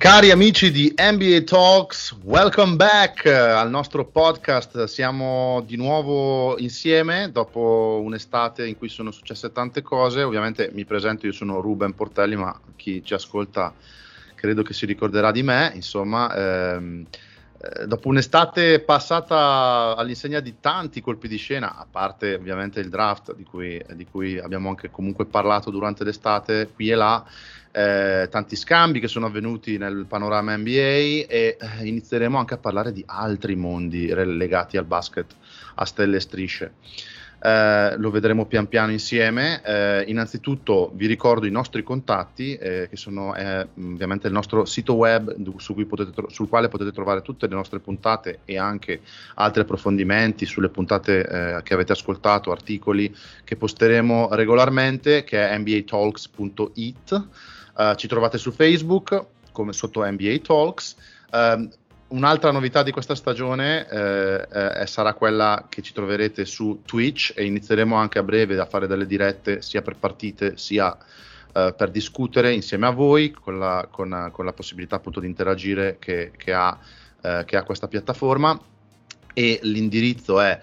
Cari amici di NBA Talks, welcome back al nostro podcast. Siamo di nuovo insieme dopo un'estate in cui sono successe tante cose. Ovviamente mi presento, io sono Ruben Portelli, ma chi ci ascolta credo che si ricorderà di me. Insomma, dopo un'estate passata all'insegna di tanti colpi di scena, a parte ovviamente il draft di cui abbiamo anche comunque parlato durante l'estate qui e là, tanti scambi che sono avvenuti nel panorama NBA e inizieremo anche a parlare di altri mondi legati al basket a stelle e strisce. Lo vedremo pian piano insieme. Innanzitutto vi ricordo i nostri contatti, che sono ovviamente il nostro sito web sul quale potete trovare tutte le nostre puntate e anche altri approfondimenti sulle puntate che avete ascoltato, articoli che posteremo regolarmente, che è nbatalks.it. Ci trovate su Facebook come sotto NBA Talks. Un'altra novità di questa stagione sarà quella che ci troverete su Twitch, e inizieremo anche a breve a fare delle dirette sia per partite sia per discutere insieme a voi con la possibilità appunto di interagire che ha questa piattaforma. E l'indirizzo è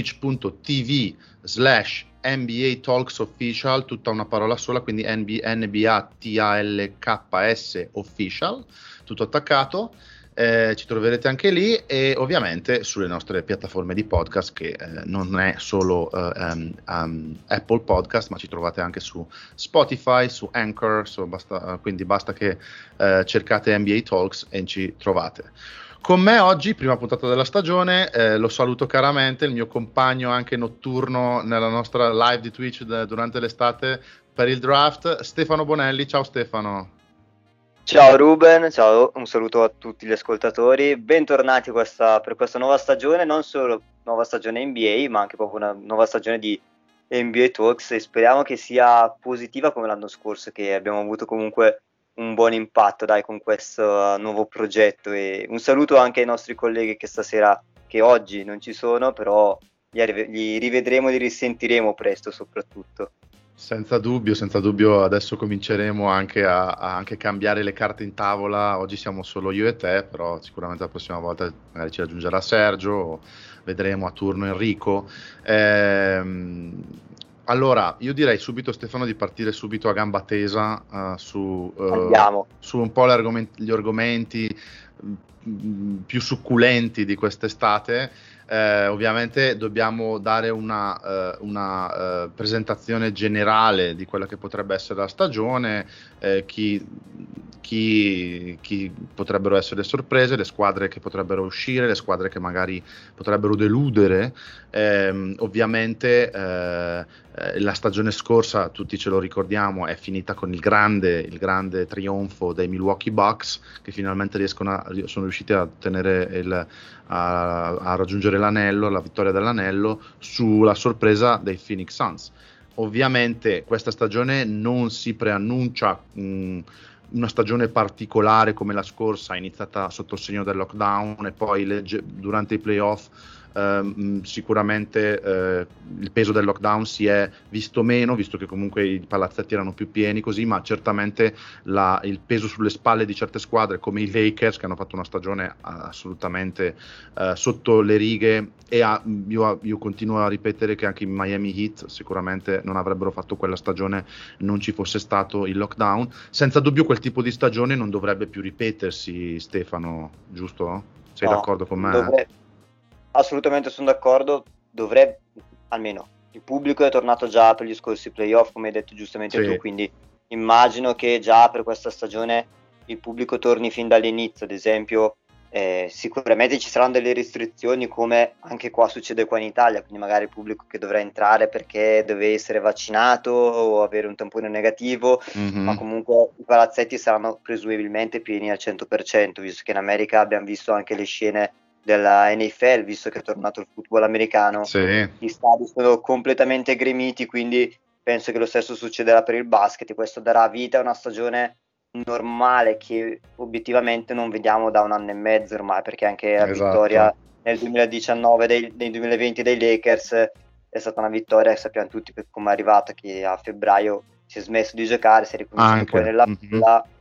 twitch.tv/NBA Talks Official, tutta una parola sola, quindi NBATALKS Official, tutto attaccato. Ci troverete anche lì, e ovviamente sulle nostre piattaforme di podcast, che non è solo Apple Podcast, ma ci trovate anche su Spotify, su Anchor, quindi basta che cercate NBA Talks e ci trovate. Con me oggi, prima puntata della stagione, lo saluto caramente, il mio compagno anche notturno nella nostra live di Twitch durante l'estate per il draft, Stefano Bonelli. Ciao Stefano. Ciao Ruben, ciao, un saluto a tutti gli ascoltatori, bentornati per questa nuova stagione, non solo nuova stagione NBA, ma anche proprio una nuova stagione di NBA Talks, e speriamo che sia positiva come l'anno scorso, che abbiamo avuto comunque un buon impatto con questo nuovo progetto. E un saluto anche ai nostri colleghi che oggi non ci sono, però li rivedremo e li risentiremo presto soprattutto. Senza dubbio, adesso cominceremo anche a cambiare le carte in tavola. Oggi siamo solo io e te, però sicuramente la prossima volta magari ci raggiungerà Sergio, o vedremo a turno Enrico. Allora, io direi subito, Stefano, di partire subito a gamba tesa su un po' gli argomenti più succulenti di quest'estate. Ovviamente dobbiamo dare una presentazione generale di quella che potrebbe essere la stagione, chi potrebbero essere le sorprese, le squadre che potrebbero uscire, le squadre che magari potrebbero deludere. Ovviamente la stagione scorsa, tutti ce lo ricordiamo, è finita con il grande trionfo dei Milwaukee Bucks, che finalmente sono riusciti a ottenere a raggiungere l'anello, la vittoria dell'anello sulla sorpresa dei Phoenix Suns. Ovviamente questa stagione non si preannuncia una stagione particolare come la scorsa, iniziata sotto il segno del lockdown, e poi durante i playoff sicuramente il peso del lockdown si è visto meno, visto che comunque i palazzetti erano più pieni così, ma certamente il peso sulle spalle di certe squadre come i Lakers, che hanno fatto una stagione assolutamente sotto le righe, e io continuo a ripetere che anche i Miami Heat sicuramente non avrebbero fatto quella stagione non ci fosse stato il lockdown. Senza dubbio quel tipo di stagione non dovrebbe più ripetersi, Stefano, giusto? Sei d'accordo con me? Assolutamente sono d'accordo, almeno il pubblico è tornato già per gli scorsi playoff, come hai detto giustamente tu, quindi immagino che già per questa stagione il pubblico torni fin dall'inizio. Ad esempio, sicuramente ci saranno delle restrizioni, come anche qua succede qua in Italia, quindi magari il pubblico che dovrà entrare perché deve essere vaccinato o avere un tampone negativo, ma comunque i palazzetti saranno presumibilmente pieni al 100%, visto che in America abbiamo visto anche le scene della NFL, visto che è tornato il football americano, gli stadi sono completamente gremiti, quindi penso che lo stesso succederà per il basket, e questo darà vita a una stagione normale che obiettivamente non vediamo da un anno e mezzo ormai, perché anche la vittoria nel 2019 nel 2020 dei Lakers è stata una vittoria che sappiamo tutti come è arrivata, che a febbraio si è smesso di giocare, si è ricominciato poi nella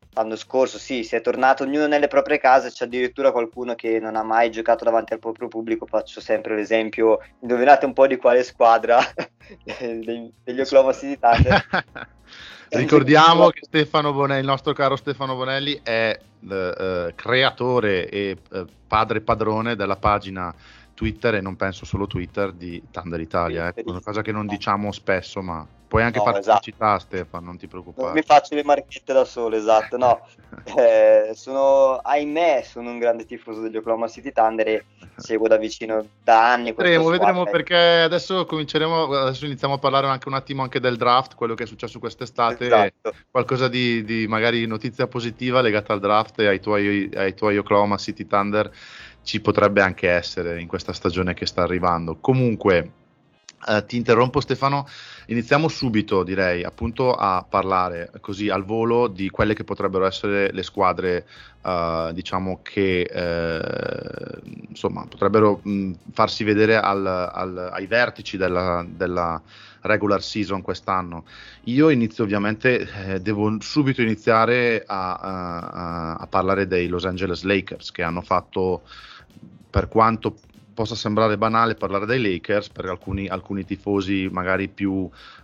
l'anno scorso sì, si è tornato ognuno nelle proprie case, c'è addirittura qualcuno che non ha mai giocato davanti al proprio pubblico. Faccio sempre l'esempio, indovinate un po' di quale squadra? Degli Oklahoma City Thunder. Ricordiamo che Stefano Bonelli, il nostro caro Stefano Bonelli, è creatore e padre padrone della pagina Twitter, e non penso solo Twitter, di Thunder Italia. È una cosa che non diciamo spesso, ma puoi anche fare pubblicità, Stefano, non ti preoccupare. Non mi faccio le marchette da solo, esatto, no. Sono un grande tifoso degli Oklahoma City Thunder e seguo da vicino da anni. Vedremo perché adesso iniziamo a parlare anche un attimo anche del draft, quello che è successo quest'estate, esatto. Qualcosa di magari notizia positiva legata al draft e ai tuoi Oklahoma City Thunder ci potrebbe anche essere in questa stagione che sta arrivando. Comunque ti interrompo, Stefano, iniziamo subito, direi, appunto a parlare così al volo di quelle che potrebbero essere le squadre diciamo che insomma potrebbero farsi vedere ai vertici della regular season quest'anno. Io inizio ovviamente, devo subito iniziare a parlare dei Los Angeles Lakers, che hanno fatto, per quanto possa sembrare banale parlare dei Lakers, per alcuni tifosi magari più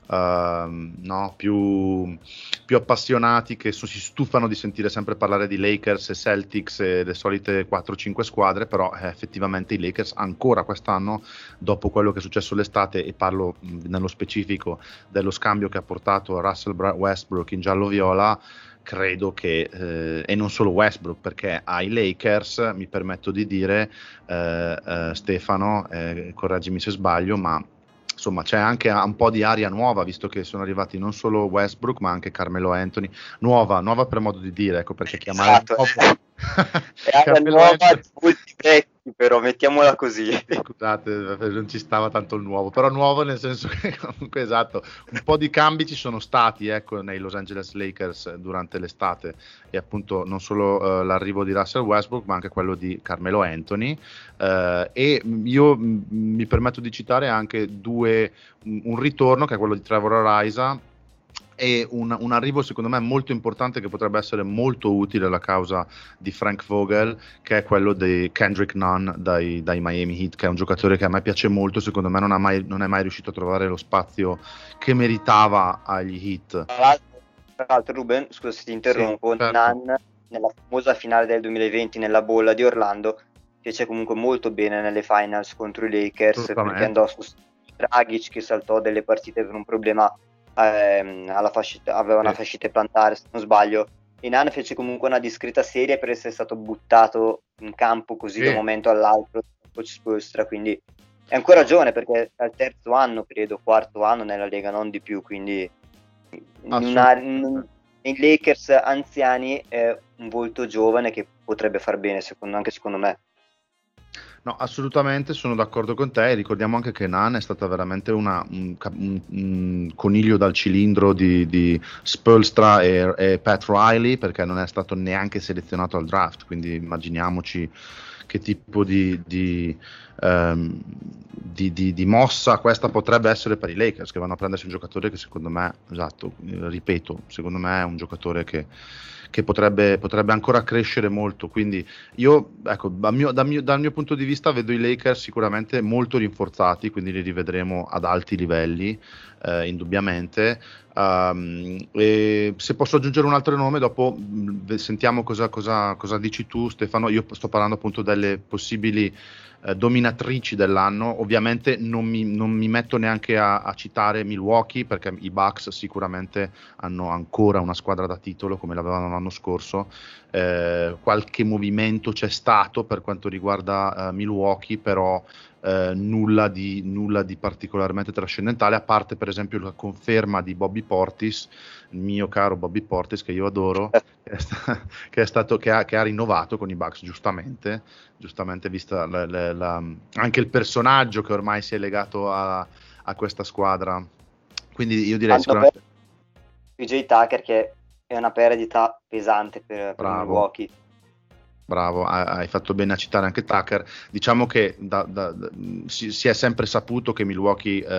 appassionati, che si stufano di sentire sempre parlare di Lakers e Celtics e le solite 4-5 squadre, però effettivamente i Lakers ancora quest'anno, dopo quello che è successo l'estate, e parlo nello specifico dello scambio che ha portato Russell Westbrook in giallo-viola, credo che, e non solo Westbrook, perché ai Lakers, mi permetto di dire, Stefano, correggimi se sbaglio, ma insomma c'è anche un po' di aria nuova, visto che sono arrivati non solo Westbrook ma anche Carmelo Anthony, nuova per modo di dire, ecco perché chiamare è aria nuova di molti vecchi, però mettiamola così. Scusate, non ci stava tanto il nuovo, però nuovo nel senso che comunque, esatto, un po' di cambi ci sono stati, ecco, nei Los Angeles Lakers durante l'estate, e appunto non solo l'arrivo di Russell Westbrook ma anche quello di Carmelo Anthony, e io mi permetto di citare anche un ritorno che è quello di Trevor Ariza, e un arrivo secondo me molto importante che potrebbe essere molto utile alla causa di Frank Vogel, che è quello di Kendrick Nunn dai Miami Heat, che è un giocatore che a me piace molto, secondo me non è mai riuscito a trovare lo spazio che meritava agli Heat. Tra l'altro Ruben, scusa se ti interrompo, sì, certo. Nunn nella famosa finale del 2020 nella bolla di Orlando fece comunque molto bene nelle finals contro i Lakers, perché andò su Dragic, che saltò delle partite per un problema aveva una fascite plantare, se non sbaglio, e Nunn fece comunque una discreta serie per essere stato buttato in campo così da un momento all'altro da coach Spoelstra, quindi è ancora giovane perché è al terzo anno, credo, quarto anno nella Lega, non di più, quindi nei Lakers anziani è un volto giovane che potrebbe far bene, anche secondo me. No, assolutamente, sono d'accordo con te. Ricordiamo anche che Nunn è stata veramente un coniglio dal cilindro di Spoelstra e Pat Riley, perché non è stato neanche selezionato al draft, quindi immaginiamoci che tipo di mossa questa potrebbe essere per i Lakers, che vanno a prendersi un giocatore che secondo me, esatto, ripeto, secondo me è un giocatore che potrebbe ancora crescere molto. Quindi io, ecco, dal mio punto di vista vedo i Lakers sicuramente molto rinforzati, quindi li rivedremo ad alti livelli, indubbiamente. E se posso aggiungere un altro nome, dopo sentiamo cosa dici tu, Stefano. Io sto parlando appunto delle possibili dominatrici dell'anno. Ovviamente non mi metto neanche a citare Milwaukee, perché i Bucks sicuramente hanno ancora una squadra da titolo come l'avevano l'anno scorso. Qualche movimento c'è stato per quanto riguarda Milwaukee, però nulla di particolarmente trascendentale, a parte per esempio la conferma di Bobby Portis, il mio caro Bobby Portis, che io adoro, che ha rinnovato con i Bucks, giustamente vista anche il personaggio che ormai si è legato a questa squadra. Quindi io direi sicuramente PJ Tucker, che è una perdita pesante per Milwaukee. Bravo, hai fatto bene a citare anche Tucker. Diciamo che si è sempre saputo che Milwaukee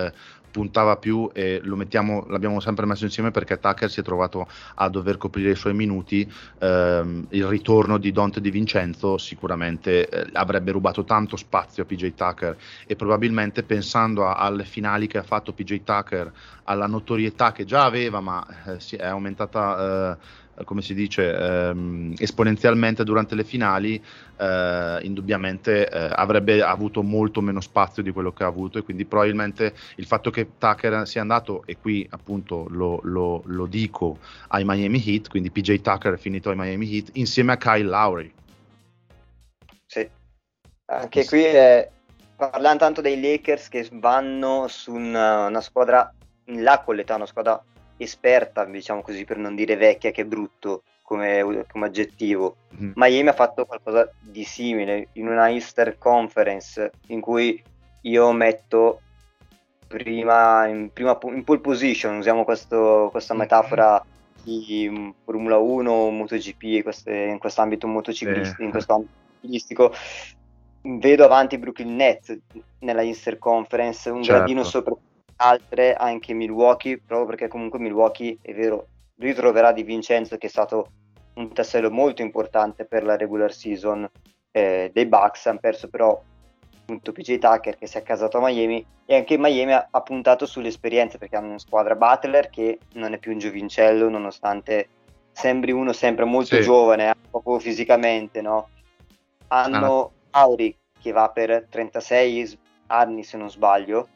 puntava più, e l'abbiamo sempre messo insieme perché Tucker si è trovato a dover coprire i suoi minuti. Il ritorno di Dante Di Vincenzo sicuramente avrebbe rubato tanto spazio a PJ Tucker, e probabilmente pensando alle finali che ha fatto PJ Tucker, alla notorietà che già aveva ma si è aumentata come si dice, esponenzialmente durante le finali, indubbiamente avrebbe avuto molto meno spazio di quello che ha avuto, e quindi probabilmente il fatto che Tucker sia andato, e qui appunto lo dico, ai Miami Heat, quindi PJ Tucker è finito ai Miami Heat insieme a Kyle Lowry. Sì, anche qui parlando tanto dei Lakers che vanno su una squadra in là con l'età, una squadra esperta, diciamo così, per non dire vecchia, che è brutto come aggettivo. Miami ha fatto qualcosa di simile in una Eastern Conference in cui io metto in pole position, usiamo questa metafora di Formula 1, MotoGP, in questo ambito motociclistico, vedo avanti Brooklyn Nets nella Eastern Conference, un gradino sopra altre, anche Milwaukee, proprio perché comunque Milwaukee, è vero, ritroverà Di Vincenzo, che è stato un tassello molto importante per la regular season dei Bucks. Hanno perso però appunto PJ Tucker, che si è accasato a Miami, e anche Miami ha puntato sull'esperienza, perché hanno una squadra Butler che non è più un giovincello, nonostante sembri uno sempre molto giovane, proprio fisicamente, no? Hanno Auri che va per 36 anni se non sbaglio,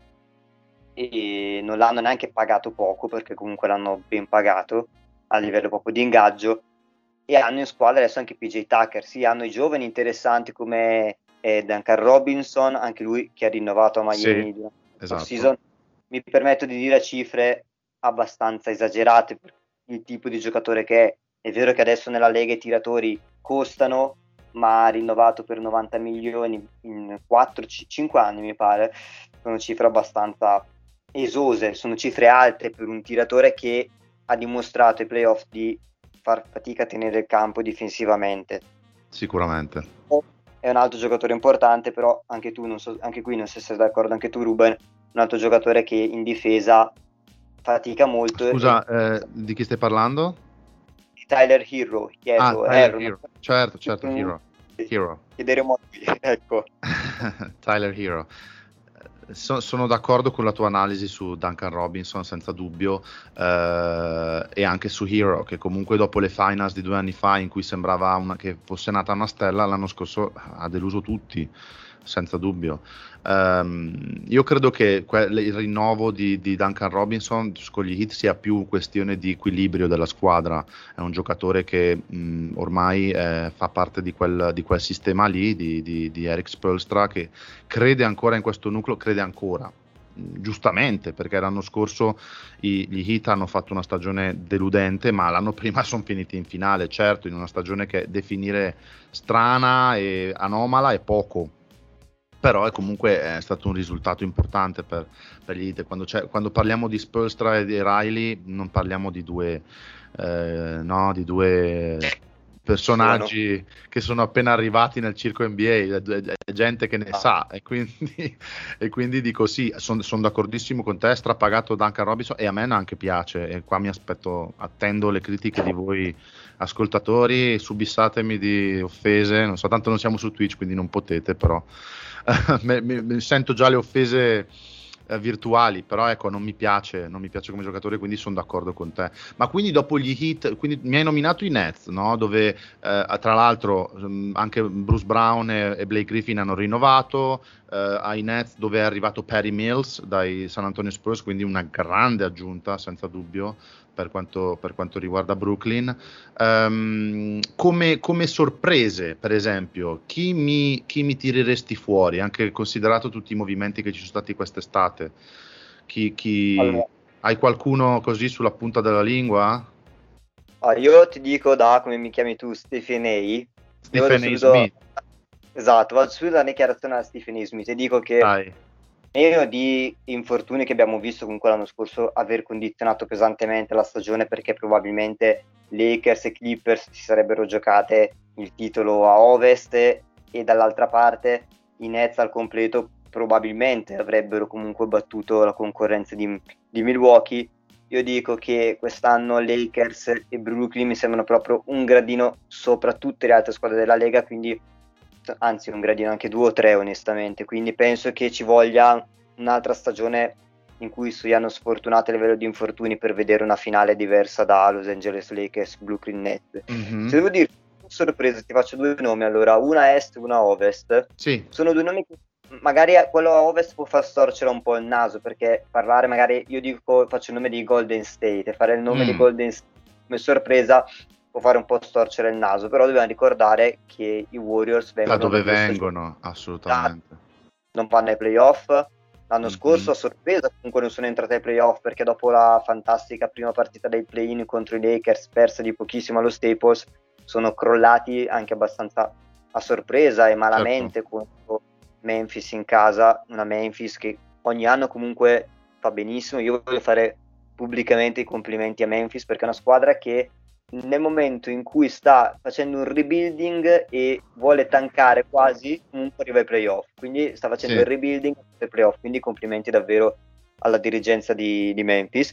e non l'hanno neanche pagato poco, perché comunque l'hanno ben pagato a livello proprio di ingaggio, e hanno in squadra adesso anche PJ Tucker. Sì, hanno i giovani interessanti come Duncan Robinson, anche lui che ha rinnovato a Miami durante la season. Mi permetto di dire cifre abbastanza esagerate per il tipo di giocatore che è. È vero che adesso nella Lega i tiratori costano, ma ha rinnovato per 90 milioni in 4-5 anni, mi pare. Sono cifre abbastanza esose, sono cifre alte per un tiratore che ha dimostrato ai playoff di far fatica a tenere il campo difensivamente. Sicuramente. È un altro giocatore importante, però anche tu, anche qui non so se sei d'accordo, anche tu Ruben, un altro giocatore che in difesa fatica molto. Scusa, di chi stai parlando? Tyler Hero. Tyler Hero. Certo, Hero. Chiederemo a lui, ecco. Tyler Hero. Sono d'accordo con la tua analisi su Duncan Robinson, senza dubbio, e anche su Hero, che comunque dopo le finals di 2 anni fa, in cui sembrava che fosse nata una stella, l'anno scorso ha deluso tutti, senza dubbio. Io credo che il rinnovo di Duncan Robinson con gli Heat sia più questione di equilibrio della squadra. È un giocatore che ormai fa parte di quel sistema lì di Erik Spoelstra, che crede ancora in questo nucleo, giustamente, perché l'anno scorso gli Heat hanno fatto una stagione deludente, ma l'anno prima sono finiti in finale, certo, in una stagione che definire strana e anomala è poco, però è comunque stato un risultato importante per gli Heat. Quando parliamo di Spoelstra e di Riley non parliamo di due personaggi che sono appena arrivati nel circo NBA, è gente che ne sa, e quindi dico sì, sono d'accordissimo con te, strapagato Duncan Robinson, e a me anche piace, e qua attendo le critiche di voi ascoltatori, subissatemi di offese, non so, tanto non siamo su Twitch quindi non potete, però mi sento già le offese virtuali, però ecco, non mi piace come giocatore, quindi sono d'accordo con te. Ma quindi dopo gli Heat, quindi mi hai nominato i Nets, no? Dove tra l'altro anche Bruce Brown e Blake Griffin hanno rinnovato, ai Nets dove è arrivato Patty Mills dai San Antonio Spurs, quindi una grande aggiunta senza dubbio per quanto riguarda Brooklyn. Come sorprese, per esempio, chi mi tireresti fuori, anche considerato tutti i movimenti che ci sono stati quest'estate? Allora, hai qualcuno così sulla punta della lingua? Io ti dico, come mi chiami tu, Stephen A. Smith. Esatto, vado subito dalla dichiarazione a Stephen A. Smith e dico che meno di infortuni che abbiamo visto comunque l'anno scorso aver condizionato pesantemente la stagione, perché probabilmente Lakers e Clippers si sarebbero giocate il titolo a ovest, e dall'altra parte i Nets al completo probabilmente avrebbero comunque battuto la concorrenza di Milwaukee. Io dico che quest'anno Lakers e Brooklyn mi sembrano proprio un gradino sopra tutte le altre squadre della Lega, quindi anzi un gradino anche 2 o 3 onestamente, quindi penso che ci voglia un'altra stagione in cui siano sfortunati a livello di infortuni per vedere una finale diversa da Los Angeles Lakers Brooklyn Nets. Se devo dire sorpresa, ti faccio 2 nomi, allora una est e una ovest. Sì. Sono 2 nomi che magari quello a ovest può far storcere un po' il naso, perché parlare magari, io dico, faccio il nome di Golden State e fare il nome di Golden State come sorpresa può fare un po' storcere il naso, però dobbiamo ricordare che i Warriors vengono da dove vengono, assolutamente. Non vanno ai playoff. L'anno scorso a sorpresa comunque non sono entrati ai playoff, perché dopo la fantastica prima partita dei play-in contro i Lakers persa di pochissimo allo Staples sono crollati anche abbastanza a sorpresa e malamente contro Memphis in casa, una Memphis che ogni anno comunque fa benissimo. Io voglio fare pubblicamente i complimenti a Memphis, perché è una squadra che nel momento in cui sta facendo un rebuilding e vuole tankare quasi, comunque arriva ai playoff, quindi sta facendo il rebuilding ai playoff, quindi complimenti davvero alla dirigenza di Memphis.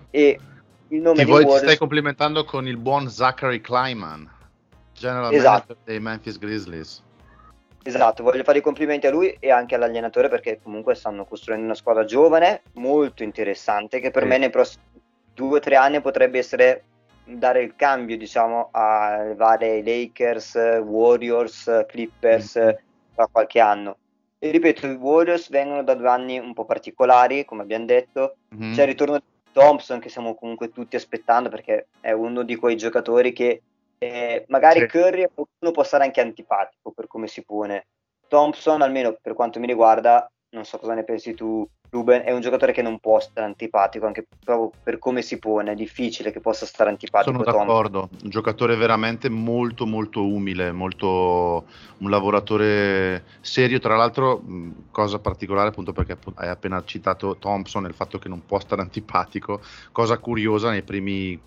E il nome ti stai complimentando con il buon Zachary Kleiman, general manager dei Memphis Grizzlies. Esatto, voglio fare i complimenti a lui e anche all'allenatore, perché comunque stanno costruendo una squadra giovane molto interessante che per me nei prossimi 2 o 3 anni potrebbe essere dare il cambio, diciamo, a vari Lakers, Warriors, Clippers tra qualche anno. E ripeto, i Warriors vengono da 2 anni un po' particolari, come abbiamo detto. C'è il ritorno di Thompson che stiamo comunque tutti aspettando, perché è uno di quei giocatori che magari Curry a qualcuno può stare anche antipatico per come si pone. Thompson, almeno per quanto mi riguarda, non so cosa ne pensi tu Ruben, è un giocatore che non può stare antipatico, anche proprio per come si pone, è difficile che possa stare antipatico. Sono d'accordo, un giocatore veramente molto molto umile, molto un lavoratore serio, tra l'altro cosa particolare appunto perché hai appena citato Thompson e il fatto che non può stare antipatico, cosa curiosa nei primi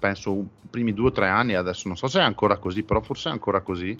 2 o 3 anni, adesso non so se è ancora così, però forse è ancora così.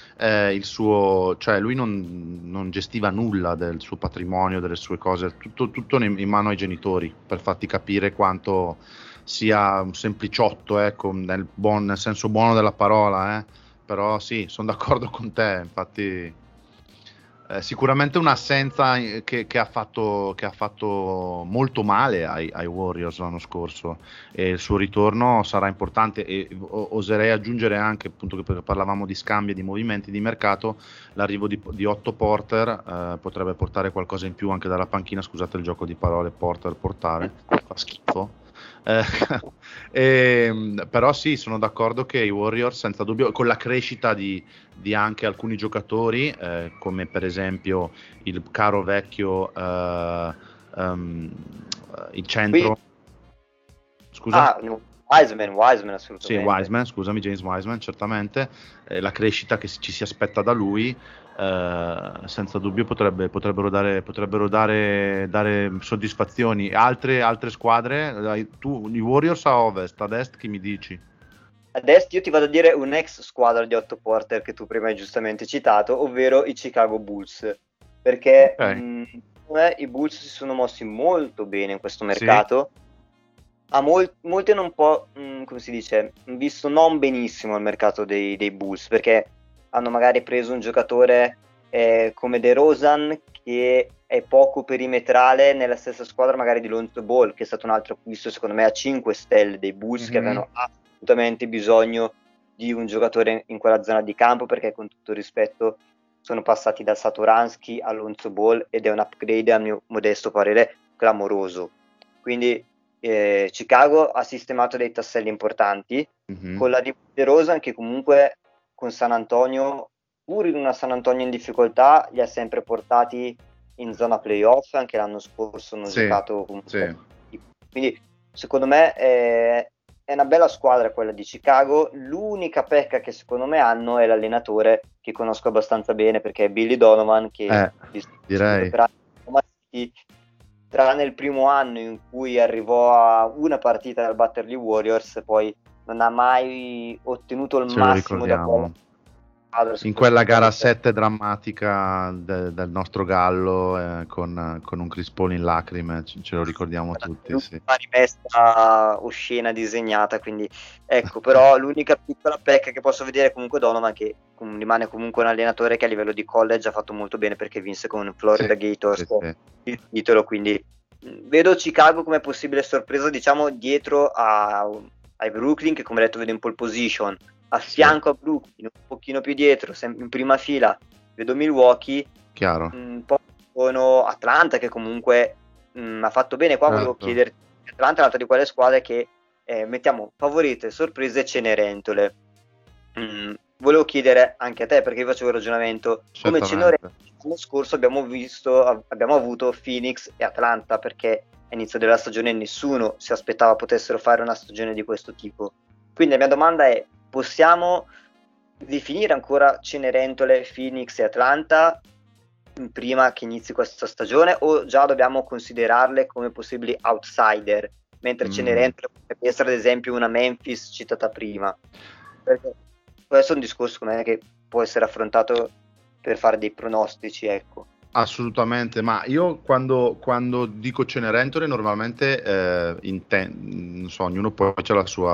Cioè lui non gestiva nulla del suo patrimonio, delle sue cose, tutto in mano ai genitori, per farti capire quanto sia un sempliciotto, ecco, nel senso buono della parola, però sì, sono d'accordo con te, infatti sicuramente un'assenza che ha fatto molto male ai Warriors l'anno scorso, e il suo ritorno sarà importante, e oserei aggiungere anche, appunto, che perché parlavamo di scambi e di movimenti di mercato, l'arrivo di Otto Porter potrebbe portare qualcosa in più anche dalla panchina, scusate il gioco di parole, portare, fa schifo. Però sì, sono d'accordo che i Warriors senza dubbio, con la crescita di anche alcuni giocatori, come per esempio il caro vecchio il centro, scusa? Wiseman assolutamente. Sì, Wiseman, scusami, James Wiseman, certamente la crescita che ci si aspetta da lui senza dubbio potrebbero dare soddisfazioni. Altre squadre, tu, i Warriors a ovest, ad est chi mi dici? Ad est io ti vado a dire un'ex squadra di Otto Porter che tu prima hai giustamente citato, ovvero i Chicago Bulls, perché i Bulls si sono mossi molto bene in questo mercato. Molti hanno un po', come si dice, visto non benissimo il mercato dei Bulls, perché hanno magari preso un giocatore come DeRozan che è poco perimetrale nella stessa squadra magari di Lonzo Ball, che è stato un altro acquisto secondo me a 5 stelle dei Bulls, che avevano assolutamente bisogno di un giocatore in quella zona di campo, perché con tutto il rispetto sono passati da Satoransky a Lonzo Ball ed è un upgrade a mio modesto parere clamoroso. Quindi Chicago ha sistemato dei tasselli importanti con la di DeRozan, che comunque con San Antonio, pur in una San Antonio in difficoltà, li ha sempre portati in zona playoff. Anche l'anno scorso hanno giocato comunque. Quindi secondo me è una bella squadra quella di Chicago. L'unica pecca che secondo me hanno è l'allenatore, che conosco abbastanza bene perché è Billy Donovan, che direi tranne il primo anno in cui arrivò a una partita dal battere gli Warriors, poi non ha mai ottenuto il massimo da quello. in quella gara 7 drammatica del nostro Gallo, con un Chris Paul in lacrime, ce lo ricordiamo tutti. Sì. Una rimessa oscena disegnata, quindi ecco. Però l'unica piccola pecca che posso vedere comunque Donovan, che rimane comunque un allenatore che a livello di college ha fatto molto bene, perché vinse con Florida Gators il titolo, quindi vedo Chicago come possibile sorpresa, diciamo, dietro ai Brooklyn, che come detto vedo in pole position. A fianco a Brooklyn, un pochino più dietro, in prima fila, vedo Milwaukee. Chiaro. Un po' sono Atlanta, che comunque ha fatto bene. Qua volevo chiederti, Atlanta è un'altra di quelle squadre che mettiamo favorite, sorprese, Cenerentole. Volevo chiedere anche a te, perché io facevo il ragionamento, come Cenerentole l'anno scorso abbiamo avuto Phoenix e Atlanta, perché all'inizio della stagione nessuno si aspettava potessero fare una stagione di questo tipo. Quindi la mia domanda è: possiamo definire ancora Cenerentole, Phoenix e Atlanta prima che inizi questa stagione, o già dobbiamo considerarle come possibili outsider, mentre Cenerentole potrebbe essere ad esempio una Memphis citata prima? Perché questo è un discorso che può essere affrontato per fare dei pronostici, ecco. Assolutamente, ma io quando dico Cenerentole normalmente non so, ognuno poi c'ha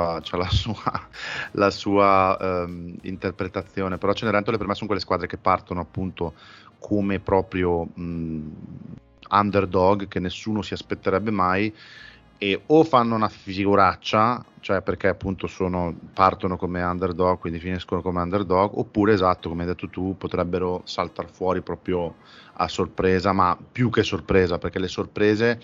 la sua interpretazione, però Cenerentole per me sono quelle squadre che partono appunto come proprio underdog, che nessuno si aspetterebbe mai, e o fanno una figuraccia, cioè perché appunto partono come underdog, quindi finiscono come underdog, oppure, esatto, come hai detto tu, potrebbero saltare fuori proprio a sorpresa, ma più che sorpresa, perché le sorprese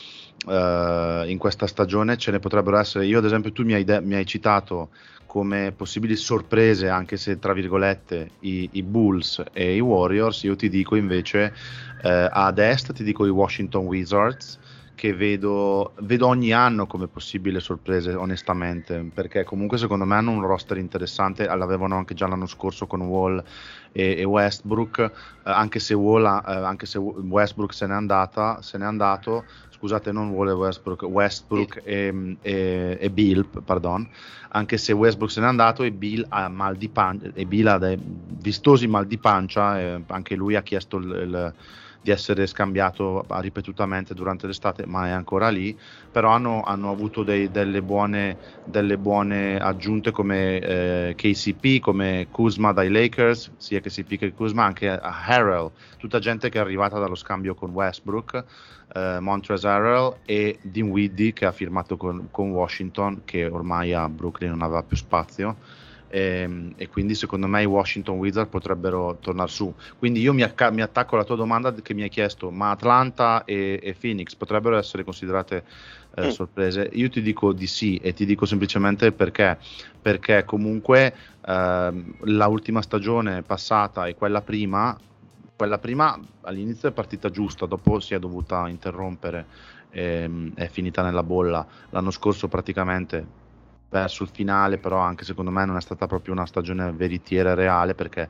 in questa stagione ce ne potrebbero essere. Io ad esempio, tu mi hai citato come possibili sorprese, anche se tra virgolette, i Bulls e i Warriors. Io ti dico invece ad est ti dico i Washington Wizards, che vedo ogni anno come possibile sorprese, onestamente, perché comunque secondo me hanno un roster interessante, l'avevano anche già l'anno scorso con Wall e Westbrook, anche se Westbrook se n'è andato, scusate, non Wall e Westbrook e Bill, pardon, anche se Westbrook se n'è andato e Bill ha mal di pancia, e Bill ha dei vistosi mal di pancia, anche lui ha chiesto di essere scambiato ripetutamente durante l'estate, ma è ancora lì. Però hanno avuto delle buone aggiunte come KCP, come Kuzma dai Lakers, sia KCP che Kuzma, anche a Harrell, tutta gente che è arrivata dallo scambio con Westbrook, Montrezl Harrell, e Dinwiddie, che ha firmato con Washington, che ormai a Brooklyn non aveva più spazio. E quindi secondo me i Washington Wizards potrebbero tornare su. Quindi io mi attacco alla tua domanda che mi hai chiesto: ma Atlanta e Phoenix potrebbero essere considerate sorprese? Io ti dico di sì, e ti dico semplicemente perché comunque la ultima stagione passata e quella prima all'inizio è partita giusta, dopo si è dovuta interrompere, è finita nella bolla. L'anno scorso praticamente verso il finale, però anche secondo me non è stata proprio una stagione veritiera e reale, perché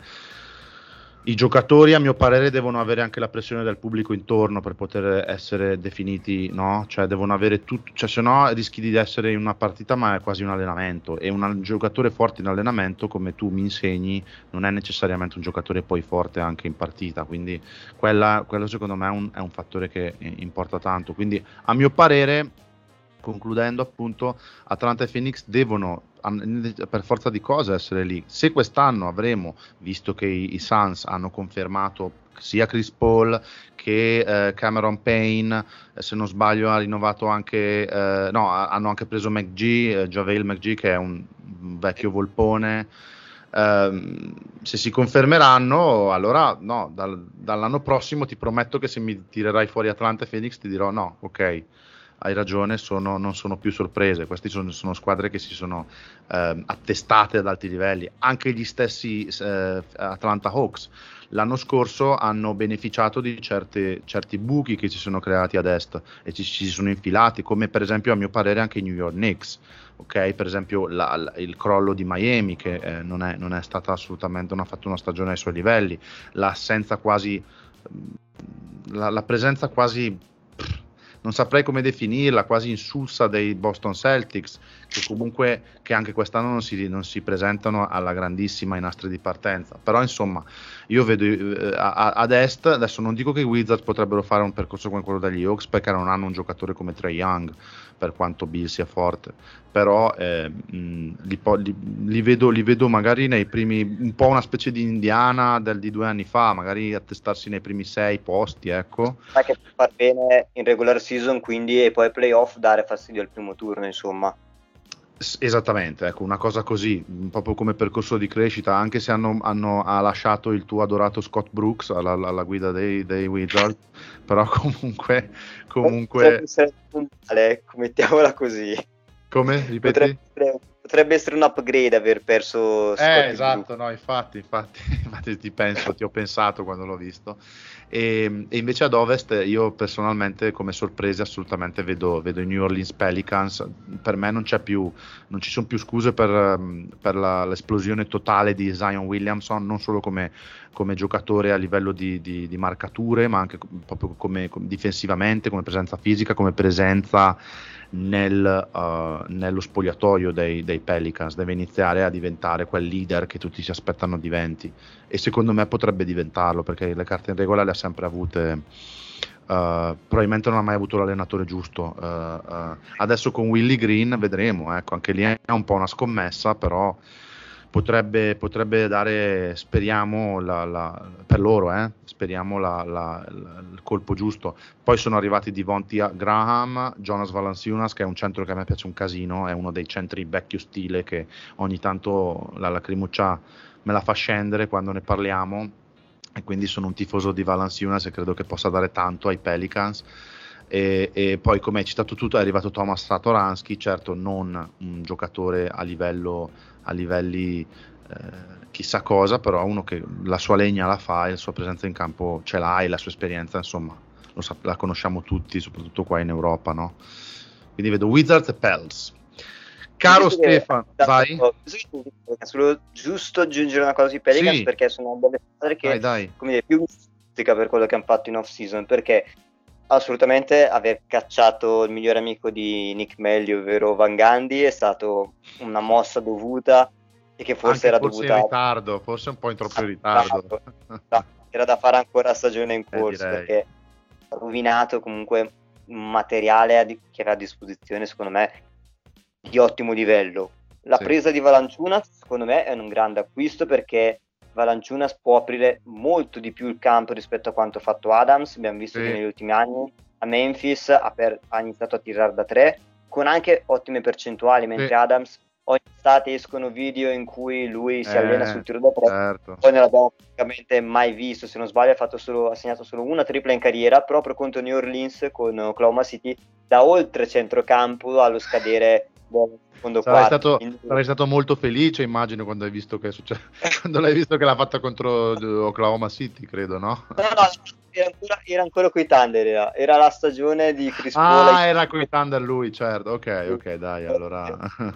i giocatori, a mio parere, devono avere anche la pressione del pubblico intorno per poter essere definiti, no? Cioè devono avere tutto, cioè se no rischi di essere in una partita, ma è quasi un allenamento, e un giocatore forte in allenamento, come tu mi insegni, non è necessariamente un giocatore poi forte anche in partita, quindi quello secondo me è un fattore che importa tanto. Quindi a mio parere, concludendo appunto, Atlanta e Phoenix devono per forza di cose essere lì. Se quest'anno avremo, visto che i Suns hanno confermato sia Chris Paul che Cameron Payne, se non sbaglio ha rinnovato anche hanno anche preso JaVale McGee, che è un vecchio volpone. Se si confermeranno, allora no, dall'anno prossimo ti prometto che se mi tirerai fuori Atlanta e Phoenix ti dirò no, ok, hai ragione, non sono più sorprese. Queste sono squadre che si sono attestate ad alti livelli. Anche gli stessi Atlanta Hawks l'anno scorso hanno beneficiato di certi buchi che si sono creati ad est e ci sono infilati, come per esempio, a mio parere, anche i New York Knicks. Ok, per esempio il crollo di Miami, che non è stata assolutamente, non ha fatto una stagione ai suoi livelli, l'assenza quasi, la presenza quasi non saprei come definirla, quasi insulsa dei Boston Celtics, che comunque che anche quest'anno non si presentano alla grandissima ai nastri di partenza. Però insomma, io vedo ad est, adesso non dico che i Wizards potrebbero fare un percorso come quello degli Hawks, perché non hanno un giocatore come Trae Young, per quanto Bill sia forte, però li vedo magari nei primi, un po' una specie di Indiana di 2 anni fa, magari attestarsi nei primi 6 posti, ecco. Sai che può far bene in regular season, quindi, e poi playoff dare fastidio al primo turno, insomma. Esattamente, ecco, una cosa così, proprio come percorso di crescita, anche se ha lasciato il tuo adorato Scott Brooks alla guida dei Wizards, però comunque Potrebbe essere mettiamola così. Come? Ripeti? Potrebbe essere un upgrade aver perso Scott esatto, no, infatti ti ho pensato quando l'ho visto. E invece ad Ovest io personalmente come sorprese assolutamente vedo i New Orleans Pelicans. Per me non ci sono più scuse per l'esplosione totale di Zion Williamson, non solo come giocatore a livello di marcature, ma anche proprio come difensivamente, come presenza fisica, come presenza nello spogliatoio dei Pelicans. Deve iniziare a diventare quel leader che tutti si aspettano diventi, e secondo me potrebbe diventarlo, perché le carte in regola le ha sempre avute. Probabilmente non ha mai avuto l'allenatore giusto. Adesso con Willie Green vedremo, ecco, anche lì è un po' una scommessa, però potrebbe dare, speriamo, per loro, speriamo il colpo giusto. Poi sono arrivati Devontae Graham, Jonas Valanciunas, che è un centro che a me piace un casino, è uno dei centri vecchio stile che ogni tanto la lacrimuccia me la fa scendere quando ne parliamo, e quindi sono un tifoso di Valanciunas e credo che possa dare tanto ai Pelicans. E poi, come hai citato tu, è arrivato Thomas Satoransky, certo non un giocatore a livelli chissà cosa, però uno che la sua legna la fa e la sua presenza in campo ce l'ha, e la sua esperienza, insomma, la conosciamo tutti, soprattutto qua in Europa, no? Quindi vedo Wizards e Pels. Caro Stefano, vai. Solo giusto aggiungere una cosa sui Pelicans, Sì. perché sono delle squadre che Dai. come dire, più mistica per quello che hanno fatto in off season, perché assolutamente aver cacciato il migliore amico di Nick Melli, ovvero Van Gundy, è stato una mossa dovuta, e che forse era dovuta in ritardo, forse un po' in troppo in ritardo. Era da fare ancora la stagione in corso, direi. perché ha rovinato comunque un materiale che era a disposizione, secondo me, di ottimo livello. La presa di Valanciunas secondo me è un grande acquisto, perché Valanciunas può aprire molto di più il campo rispetto a quanto ha fatto Adams. Abbiamo visto che negli ultimi anni a Memphis ha iniziato a tirare da 3 con anche ottime percentuali, mentre Adams ogni estate escono video in cui lui si allena sul tiro da 3, certo. Poi non l'abbiamo praticamente mai visto, se non sbaglio ha segnato solo una tripla in carriera, proprio contro New Orleans con Oklahoma City, da oltre centrocampo allo scadere del secondo quarto. Sarai stato molto felice, immagino, quando hai visto che quando l'hai visto che l'ha fatta contro Oklahoma City, credo, no? No, era ancora coi Thunder, era la stagione di Chris Paul. Era coi Thunder lui, certo, ok, dai, allora.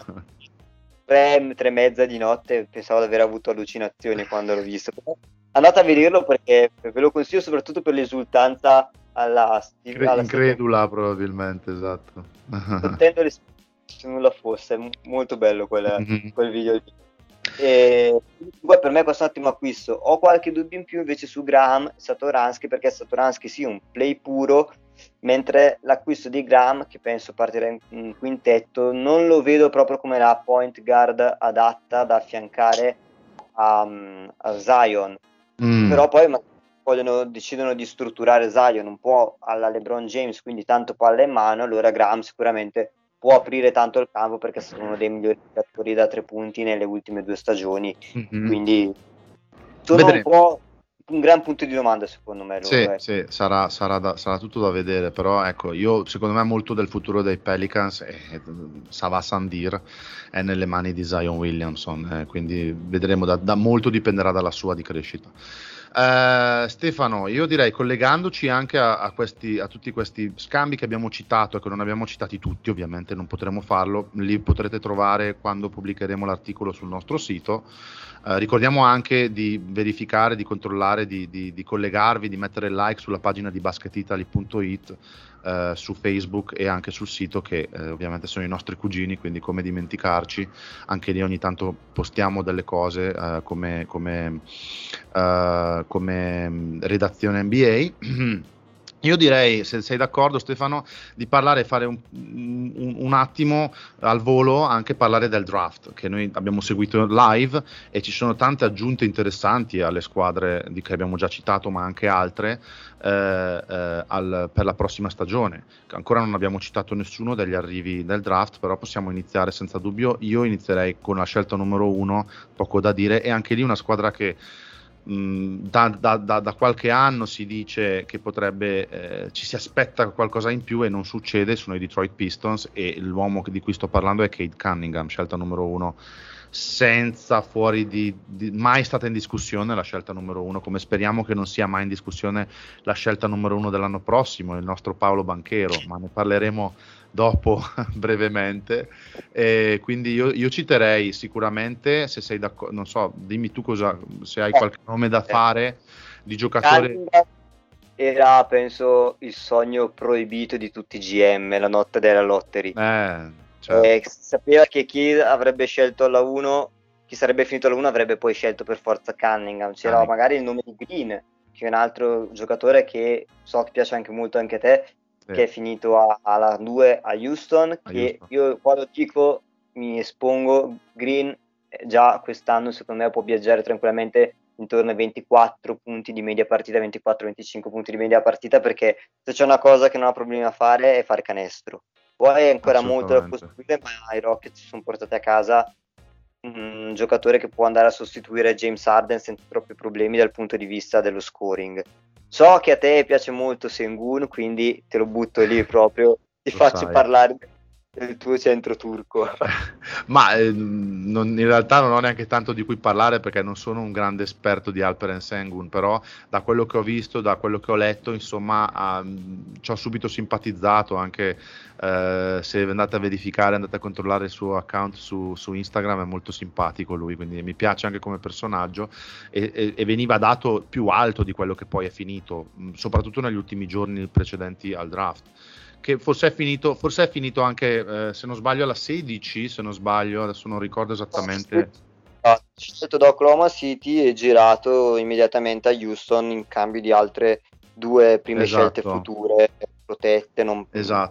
3:30 di notte, pensavo di aver avuto allucinazioni quando l'ho visto. Andate a vederlo, perché ve lo consiglio, soprattutto per l'esultanza alla incredula, probabilmente, esatto. Sottendo se nulla fosse, è molto bello quel video lì. E poi per me questo è un ottimo acquisto. Ho qualche dubbio in più invece su Graham Satoransky, perché Satoransky sì, un play puro, mentre l'acquisto di Graham, che penso partirà in quintetto, non lo vedo proprio come la point guard adatta da affiancare a Zion. Però poi decidono di strutturare Zion un po' alla LeBron James, quindi tanto palla in mano, allora Graham sicuramente può aprire tanto il campo, perché è stato uno dei migliori giocatori da 3 punti nelle ultime 2 stagioni. Quindi sono un po' un gran punto di domanda, secondo me. Sì, sarà tutto da vedere, però ecco, secondo me molto del futuro dei Pelicans, Sava Sandir, è nelle mani di Zion Williamson, quindi vedremo, molto dipenderà dalla sua di crescita. Stefano, io direi, collegandoci anche a tutti questi scambi che abbiamo citato, e che non abbiamo citati tutti, ovviamente non potremo farlo, li potrete trovare quando pubblicheremo l'articolo sul nostro sito. Ricordiamo anche di verificare, di controllare, di collegarvi, di mettere il like sulla pagina di basketitaly.it, su Facebook e anche sul sito, che ovviamente sono i nostri cugini, quindi come dimenticarci, anche lì ogni tanto postiamo delle cose come redazione NBA. Io direi, se sei d'accordo Stefano, di parlare e fare un attimo al volo, anche parlare del draft, che noi abbiamo seguito live, e ci sono tante aggiunte interessanti alle squadre che abbiamo già citato, ma anche altre per la prossima stagione. Ancora non abbiamo citato nessuno degli arrivi del draft, però possiamo iniziare senza dubbio. Io inizierei con la scelta numero 1, poco da dire, e anche lì una squadra che da qualche anno si dice che potrebbe, ci si aspetta qualcosa in più e non succede. Sono i Detroit Pistons, e l'uomo di cui sto parlando è Cade Cunningham, scelta numero 1, senza mai stata in discussione la scelta numero 1, come speriamo che non sia mai in discussione la scelta numero 1 dell'anno prossimo, il nostro Paolo Banchero, ma ne parleremo dopo brevemente. Quindi io citerei sicuramente, se sei d'accordo, non so, dimmi tu se hai qualche nome da fare di giocatore. Era, penso, il sogno proibito di tutti i GM la notte della lottery. Certo. Sapeva che chi avrebbe scelto alla 1, chi sarebbe finito alla 1 avrebbe poi scelto per forza Cunningham. C'era magari il nome di Green, che è un altro giocatore che so che piace anche molto anche a te, che è finito alla 2 a Houston, io quando dico mi espongo, Green già quest'anno secondo me può viaggiare tranquillamente intorno ai 24 punti di media partita, 24-25 punti di media partita, perché se c'è una cosa che non ha problemi a fare è fare canestro. Poi è ancora molto da costruire, ma i Rockets si sono portati a casa un giocatore che può andare a sostituire James Harden senza troppi problemi dal punto di vista dello scoring. So che a te piace molto Sengun, quindi te lo butto lì proprio, faccio parlare del tuo centro turco. Ma in realtà non ho neanche tanto di cui parlare, perché non sono un grande esperto di Alperen Sengun, però da quello che ho visto, da quello che ho letto, insomma, ci ho subito simpatizzato. Anche se andate a verificare, andate a controllare il suo account su Instagram, è molto simpatico lui, quindi mi piace anche come personaggio, e veniva dato più alto di quello che poi è finito, soprattutto negli ultimi giorni precedenti al draft, che forse è finito anche, se non sbaglio, alla 16, se non sbaglio, adesso non ricordo esattamente. Scelto da Oklahoma City e girato immediatamente a Houston in cambio di altre 2 prime scelte future protette, non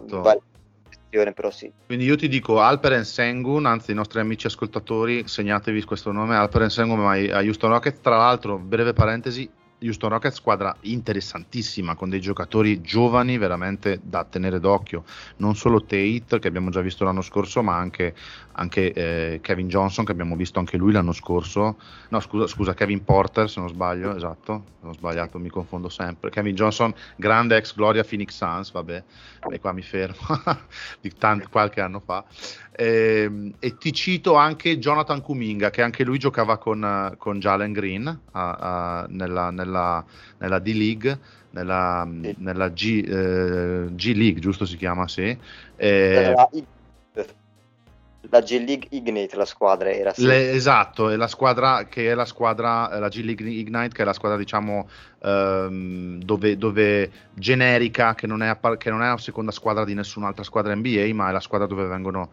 però sì. Quindi io ti dico Alperen Sengun, anzi i nostri amici ascoltatori segnatevi questo nome, Alperen Sengun a Houston Rockets. Tra l'altro, breve parentesi, Houston Rockets, squadra interessantissima, con dei giocatori giovani veramente da tenere d'occhio, non solo Tate, che abbiamo già visto l'anno scorso, ma anche Kevin Johnson, che abbiamo visto anche lui l'anno scorso. No, scusa, Kevin Porter, se non sbaglio, esatto, ho sbagliato, mi confondo sempre. Kevin Johnson, grande ex gloria Phoenix Suns, vabbè, e qua mi fermo, di qualche anno fa. E ti cito anche Jonathan Kuminga, che anche lui giocava con Jalen Green nella D-League, nella G-League, giusto si chiama? Sì. La G-League Ignite, la squadra era, sì. Esatto, è la squadra la G-League Ignite, che è la squadra, diciamo, dove generica, che non è la seconda squadra di nessun'altra squadra NBA, ma è la squadra dove vanno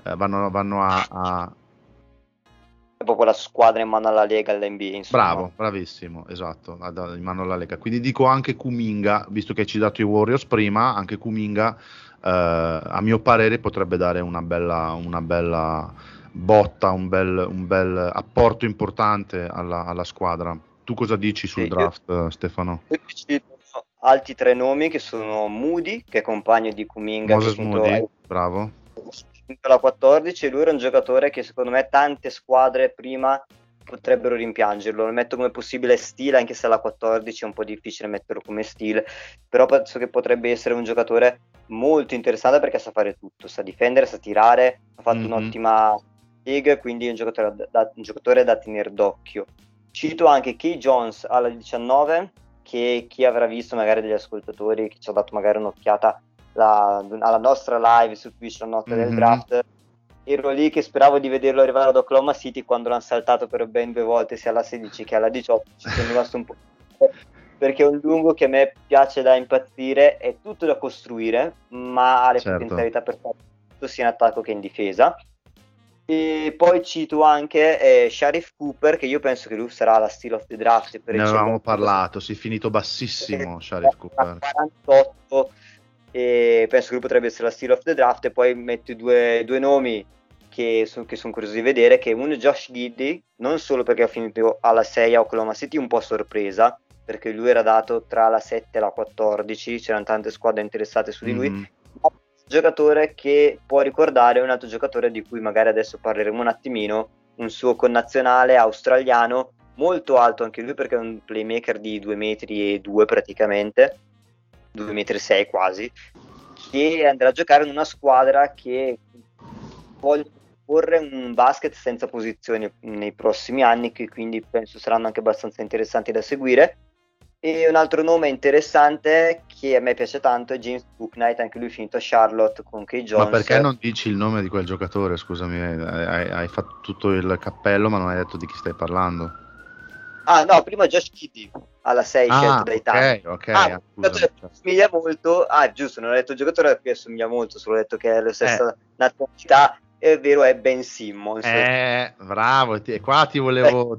a è proprio la squadra in mano alla Lega, all'NBA, insomma. Bravo, bravissimo, esatto, in mano alla Lega. Quindi dico anche Kuminga, visto che hai citato i Warriors prima, anche Kuminga a mio parere potrebbe dare una bella botta, un bel apporto importante alla squadra. Tu cosa dici sul draft, Stefano? Io ti cito altri 3 nomi, che sono Moody, che è compagno di Kuminga, Moses Moody, bravo, alla 14, e lui era un giocatore che secondo me tante squadre prima potrebbero rimpiangerlo. Lo metto come possibile steal, anche se alla 14 è un po' difficile metterlo come steal, però penso che potrebbe essere un giocatore molto interessante, perché sa fare tutto, sa difendere, sa tirare, ha fatto un'ottima league, quindi è un giocatore da tenere d'occhio. Cito anche Key Jones alla 19, che chi avrà visto, magari degli ascoltatori che ci ha dato magari un'occhiata alla nostra live su Twitch la notte del draft, ero lì che speravo di vederlo arrivare ad Oklahoma City, quando l'hanno saltato per ben 2 volte, sia alla 16 che alla 18, ci sono rimasto un po', perché è un lungo che a me piace da impazzire, è tutto da costruire, ma ha le Certo. potenzialità per fare sia in attacco che in difesa. E poi cito anche Sharif Cooper, che io penso che lui sarà la steal of the draft per Ne avevamo eccellenza. parlato, si è finito bassissimo Sharif Cooper. 48, e penso che lui potrebbe essere la steal of the draft. E poi metto due nomi che sono curioso di vedere, che uno è Josh Giddey, non solo perché ha finito alla 6 a Oklahoma City, un po' sorpresa, perché lui era dato tra la 7 e la 14, c'erano tante squadre interessate su di lui, ma un giocatore che può ricordare un altro giocatore di cui magari adesso parleremo un attimino, un suo connazionale australiano, molto alto anche lui perché è un playmaker di 2 metri e 2 praticamente, 2 metri e 6 quasi, che andrà a giocare in una squadra che vuole porre un basket senza posizioni nei prossimi anni, che quindi penso saranno anche abbastanza interessanti da seguire. E un altro nome interessante che a me piace tanto è James Bouknight, anche lui finito a Charlotte con Kay Jones. Ma perché non dici il nome di quel giocatore? Scusami, hai fatto tutto il cappello ma non hai detto di chi stai parlando. Ah no, prima Josh Giddey alla 6 scelto dai Thunder. Ok, Giocatore che assomiglia molto. Giusto, non ho detto giocatore che assomiglia molto, solo ho detto che è la stessa nazionalità. È vero, è Ben Simmons. Bravo, qua ti volevo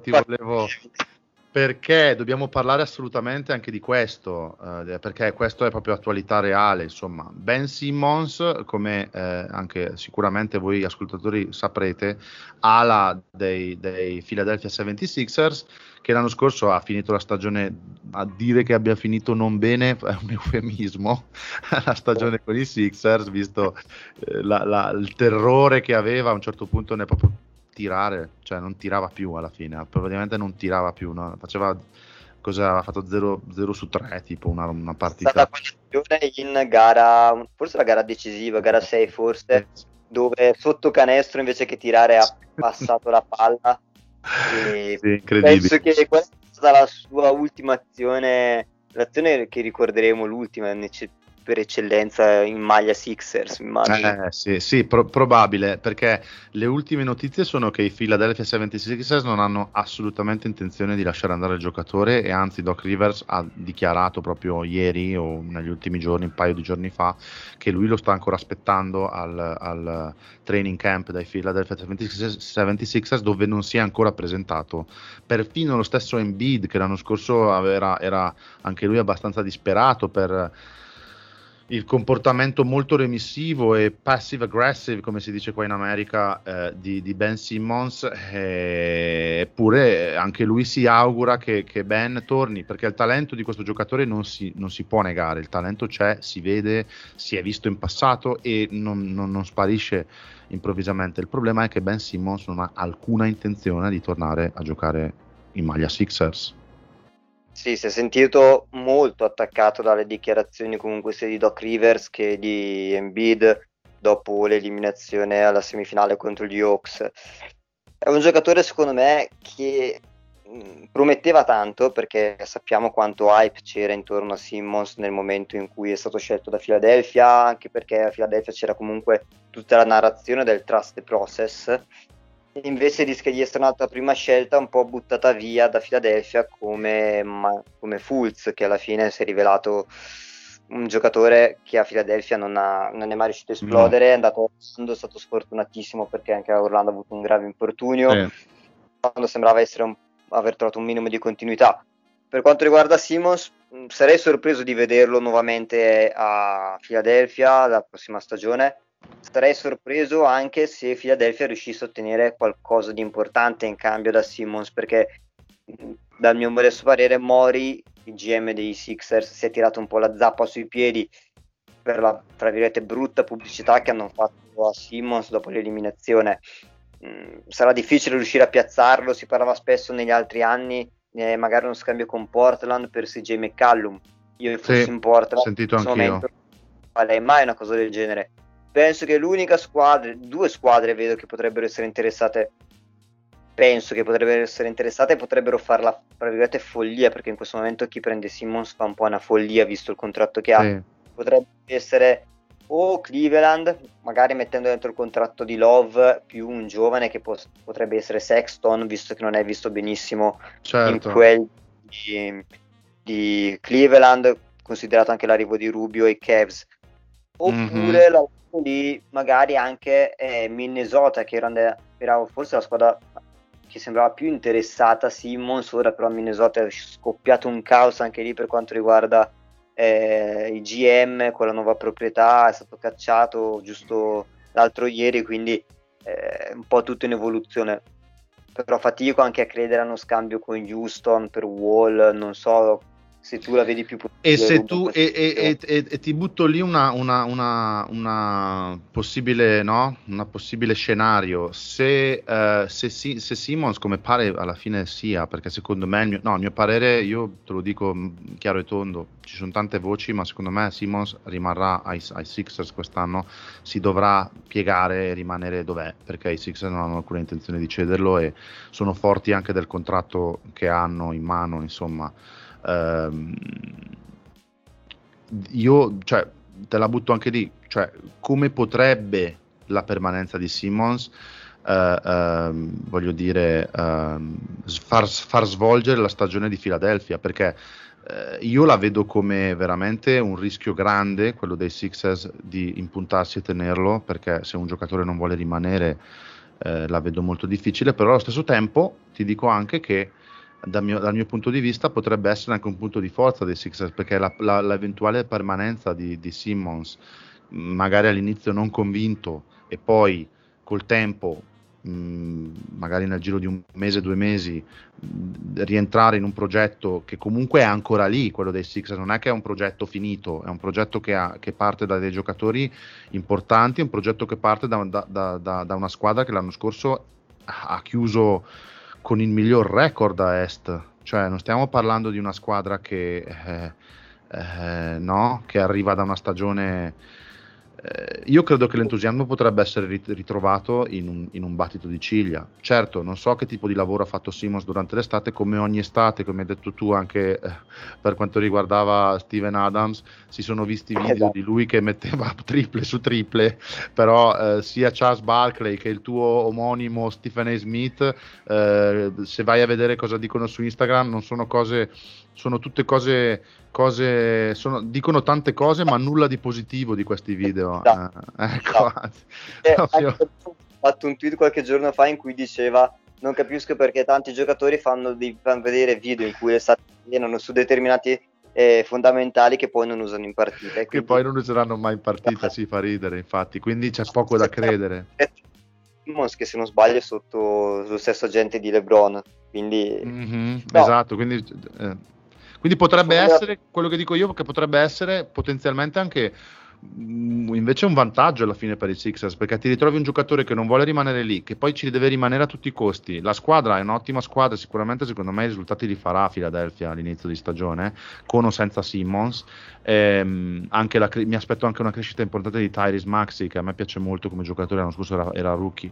perché dobbiamo parlare assolutamente anche di questo, perché questo è proprio attualità reale, insomma. Ben Simmons, come anche sicuramente voi ascoltatori saprete, ala dei Philadelphia 76ers, che l'anno scorso ha finito la stagione, a dire che abbia finito non bene è un eufemismo, la stagione con i Sixers, visto il terrore che aveva, a un certo punto ne proprio tirare, cioè non tirava più alla fine, praticamente non tirava più, no? Faceva, cosa aveva fatto 0 su 3, tipo una partita. È stata in gara, forse la gara decisiva, gara 6 forse, dove sotto canestro invece che tirare ha passato la palla. E sì, incredibile. penso che questa è stata la sua ultima azione, l'azione che ricorderemo, l'ultima per eccellenza in maglia Sixers, immagino. Sì, probabile, perché le ultime notizie sono che i Philadelphia 76ers non hanno assolutamente intenzione di lasciare andare il giocatore, e anzi Doc Rivers ha dichiarato proprio ieri o negli ultimi giorni, un paio di giorni fa, che lui lo sta ancora aspettando al training camp dai Philadelphia 76ers, dove non si è ancora presentato. Perfino lo stesso Embiid, che l'anno scorso era anche lui abbastanza disperato per il comportamento molto remissivo e passive aggressive, come si dice qua in America, di Ben Simmons, eppure anche lui si augura che Ben torni, perché il talento di questo giocatore non si può negare, il talento c'è, si vede, si è visto in passato e non sparisce improvvisamente. Il problema è che Ben Simmons non ha alcuna intenzione di tornare a giocare in maglia Sixers. Sì, si è sentito molto attaccato dalle dichiarazioni comunque sia di Doc Rivers che di Embiid dopo l'eliminazione alla semifinale contro gli Hawks. È un giocatore secondo me che prometteva tanto, perché sappiamo quanto hype c'era intorno a Simmons nel momento in cui è stato scelto da Philadelphia, anche perché a Philadelphia c'era comunque tutta la narrazione del trust process. Invece rischia di essere un'altra prima scelta un po' buttata via da Philadelphia come Fultz, che alla fine si è rivelato un giocatore che a Philadelphia non è mai riuscito a esplodere. È andato a Orlando, è stato sfortunatissimo perché anche a Orlando ha avuto un grave infortunio, quando sembrava aver trovato un minimo di continuità. Per quanto riguarda Simmons, sarei sorpreso di vederlo nuovamente a Philadelphia la prossima stagione. Sarei sorpreso anche se Philadelphia riuscisse a ottenere qualcosa di importante in cambio da Simmons, perché dal mio modesto parere Mori, il GM dei Sixers, si è tirato un po' la zappa sui piedi per la, tra virgolette, brutta pubblicità che hanno fatto a Simmons dopo l'eliminazione. Sarà difficile riuscire a piazzarlo. Si parlava spesso negli altri anni magari uno scambio con Portland per CJ McCallum. Io fossi in Portland, sentito anch'io, momento non farei mai una cosa del genere. Penso che due squadre vedo che potrebbero essere interessate. Penso che potrebbero essere interessate e potrebbero farla, tra virgolette, follia, perché in questo momento chi prende Simmons fa un po' una follia visto il contratto che ha. Potrebbe essere o Cleveland, magari mettendo dentro il contratto di Love, più un giovane che potrebbe essere Sexton, visto che non è visto benissimo in quel di Cleveland, considerato anche l'arrivo di Rubio e Cavs, oppure la lì magari anche Minnesota, che era forse la squadra che sembrava più interessata a Simmons. Ora però a Minnesota è scoppiato un caos anche lì per quanto riguarda i GM con la nuova proprietà, è stato cacciato giusto l'altro ieri, quindi un po' tutto in evoluzione. Però fatico anche a credere a uno scambio con Houston per Wall, non so se tu la vedi più e se tu e ti butto lì una possibile, no? Una possibile scenario, se Simmons, come pare alla fine sia, perché secondo me il mio parere, io te lo dico chiaro e tondo, ci sono tante voci, ma secondo me Simmons rimarrà ai Sixers quest'anno, si dovrà piegare e rimanere dov'è, perché i Sixers non hanno alcuna intenzione di cederlo e sono forti anche del contratto che hanno in mano, insomma. Io, cioè, te la butto anche lì, cioè, come potrebbe la permanenza di Simmons voglio dire far svolgere la stagione di Philadelphia, perché io la vedo come veramente un rischio grande quello dei Sixers di impuntarsi e tenerlo, perché se un giocatore non vuole rimanere la vedo molto difficile, però allo stesso tempo ti dico anche che dal mio punto di vista potrebbe essere anche un punto di forza dei Sixers, perché l'eventuale permanenza di Simmons, magari all'inizio non convinto e poi col tempo, magari nel giro di un mese, 2 mesi, rientrare in un progetto che comunque è ancora lì, quello dei Sixers, non è che è un progetto finito, è un progetto che parte da dei giocatori importanti, è un progetto che parte da una squadra che l'anno scorso ha chiuso con il miglior record a Est, cioè non stiamo parlando di una squadra che che arriva da una stagione. Io credo che l'entusiasmo potrebbe essere ritrovato in un battito di ciglia. Certo, non so che tipo di lavoro ha fatto Simmons durante l'estate, come ogni estate, come hai detto tu anche per quanto riguardava Steven Adams, si sono visti video di lui che metteva triple su triple, però sia Charles Barkley che il tuo omonimo Stephen A. Smith, se vai a vedere cosa dicono su Instagram, non sono cose, sono tutte cose dicono tante cose, ma nulla di positivo di questi video. Ecco. Ho fatto un tweet qualche giorno fa in cui diceva: non capisco perché tanti giocatori fanno vedere video in cui le statistiche erano su determinati fondamentali che poi non usano in partita. Che poi non useranno mai in partita, si fa ridere, infatti, quindi c'è poco da credere. Che se non sbaglio è sotto lo stesso agente di LeBron, quindi esatto, quindi potrebbe essere, quello che dico io, che potrebbe essere potenzialmente anche invece un vantaggio alla fine per i Sixers, perché ti ritrovi un giocatore che non vuole rimanere lì, che poi ci deve rimanere a tutti i costi. La squadra è un'ottima squadra, sicuramente secondo me i risultati li farà a Philadelphia all'inizio di stagione, con o senza Simmons. Mi aspetto anche una crescita importante di Tyrese Maxey, che a me piace molto come giocatore, l'anno scorso era rookie.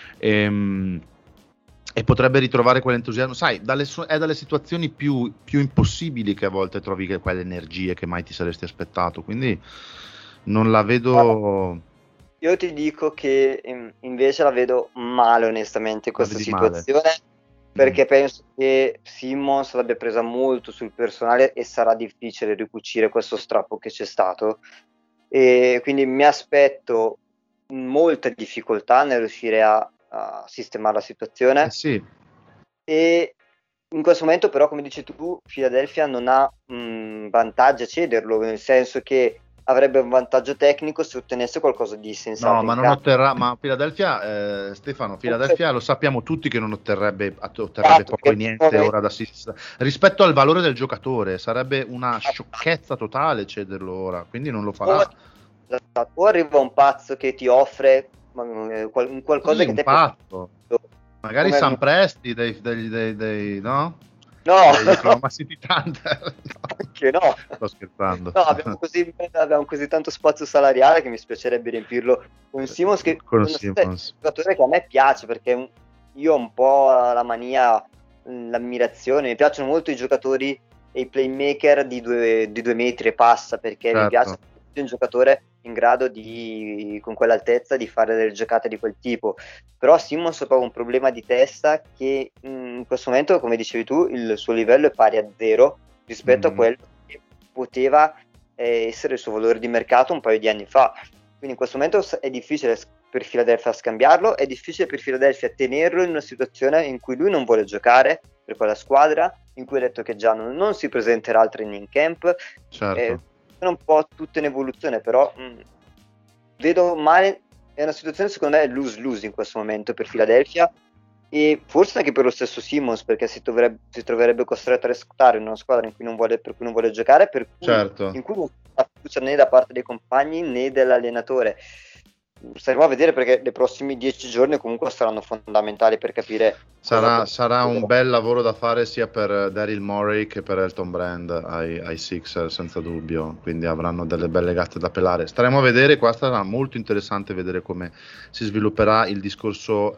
E potrebbe ritrovare quell'entusiasmo, sai, è dalle situazioni più impossibili che a volte trovi quelle energie che mai ti saresti aspettato, quindi non la vedo. Io ti dico che invece la vedo male onestamente questa situazione, perché penso che Simmons l'abbia presa molto sul personale e sarà difficile ricucire questo strappo che c'è stato, e quindi mi aspetto molta difficoltà nel riuscire a sistemare la situazione. Sì. E in questo momento però, come dici tu, Philadelphia non ha vantaggio a cederlo, nel senso che avrebbe un vantaggio tecnico se ottenesse qualcosa di sensato. No, ma non otterrà, ma Philadelphia, Stefano, Philadelphia lo sappiamo tutti che non otterrebbe poco e niente ora da rispetto al valore del giocatore, sarebbe una sciocchezza totale cederlo ora, quindi non lo farà. O arriva un pazzo che ti offre qualcosa che un pazzo, magari Sam Presti dei no? No, Oklahoma City Thunder. Che no, sto scherzando. No, abbiamo così tanto spazio salariale che mi spiacerebbe riempirlo con Simmons, che è un giocatore che a me piace, perché io ho un po' la mania, l'ammirazione, mi piacciono molto i giocatori e i playmaker di 2 metri e passa, perché mi piace un giocatore in grado con quell'altezza di fare delle giocate di quel tipo. Però Simmons ha proprio un problema di testa che in questo momento, come dicevi tu, il suo livello è pari a 0, rispetto a quello che poteva essere il suo valore di mercato un paio di anni fa. Quindi in questo momento è difficile per Philadelphia scambiarlo, è difficile per Philadelphia tenerlo in una situazione in cui lui non vuole giocare per quella squadra, in cui ha detto che già non si presenterà al training camp. Certo. Sono un po' tutte in evoluzione, però vedo male, è una situazione secondo me lose-lose in questo momento per Philadelphia, e forse anche per lo stesso Simmons, perché si troverebbe costretto a restare in una squadra per cui non vuole giocare, Certo. in cui non ha fiducia né da parte dei compagni né dell'allenatore. Staremo a vedere, perché nei prossimi 10 giorni comunque saranno fondamentali per capire. Sarà un bel lavoro da fare sia per Daryl Morey che per Elton Brand ai Sixers, senza dubbio, quindi avranno delle belle gatte da pelare. Staremo a vedere, qua sarà molto interessante vedere come si svilupperà il discorso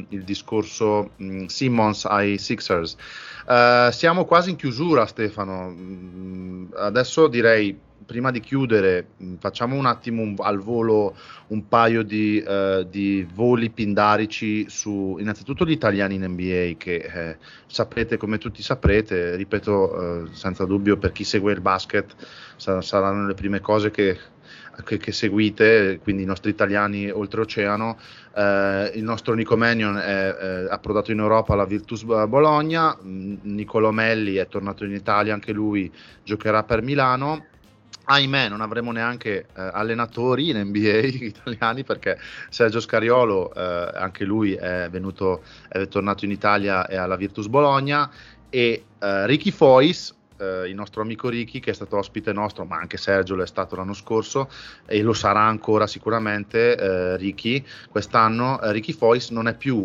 Simmons ai Sixers. Siamo quasi in chiusura, Stefano. Adesso direi, prima di chiudere, facciamo un attimo al volo un paio di voli pindarici su innanzitutto gli italiani in NBA, che saprete, come tutti saprete, ripeto, senza dubbio, per chi segue il basket saranno le prime cose che seguite, quindi i nostri italiani oltreoceano. Il nostro Nico Mannion è approdato in Europa alla Virtus Bologna, Niccolò Melli è tornato in Italia, anche lui giocherà per Milano. Ahimè, non avremo neanche allenatori in NBA italiani, perché Sergio Scariolo, anche lui è tornato in Italia e alla Virtus Bologna, e Ricky Foyce, il nostro amico Ricky, che è stato ospite nostro, ma anche Sergio lo è stato l'anno scorso e lo sarà ancora sicuramente. Ricky quest'anno, Ricky Foyce non è più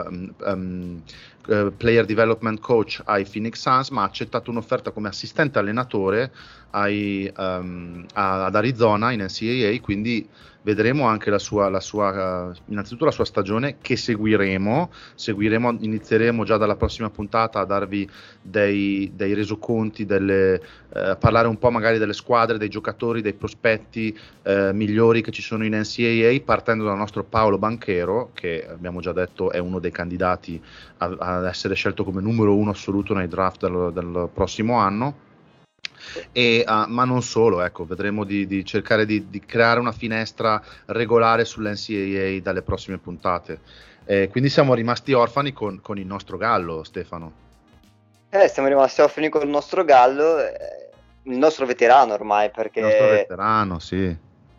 player development coach ai Phoenix Suns, ma ha accettato un'offerta come assistente allenatore ad Arizona in NCAA, quindi vedremo anche innanzitutto la sua stagione, che seguiremo, inizieremo già dalla prossima puntata a darvi dei resoconti, parlare un po' magari delle squadre, dei giocatori, dei prospetti migliori che ci sono in NCAA, partendo dal nostro Paolo Banchero, che abbiamo già detto è uno dei candidati ad essere scelto come numero 1 assoluto nei draft del prossimo anno. Ma non solo, ecco, vedremo di cercare di creare una finestra regolare sull'NCAA dalle prossime puntate. Quindi siamo rimasti orfani con il nostro Gallo, Stefano. Siamo rimasti orfani con il nostro Gallo, il nostro veterano ormai, perché il nostro veterano, sì.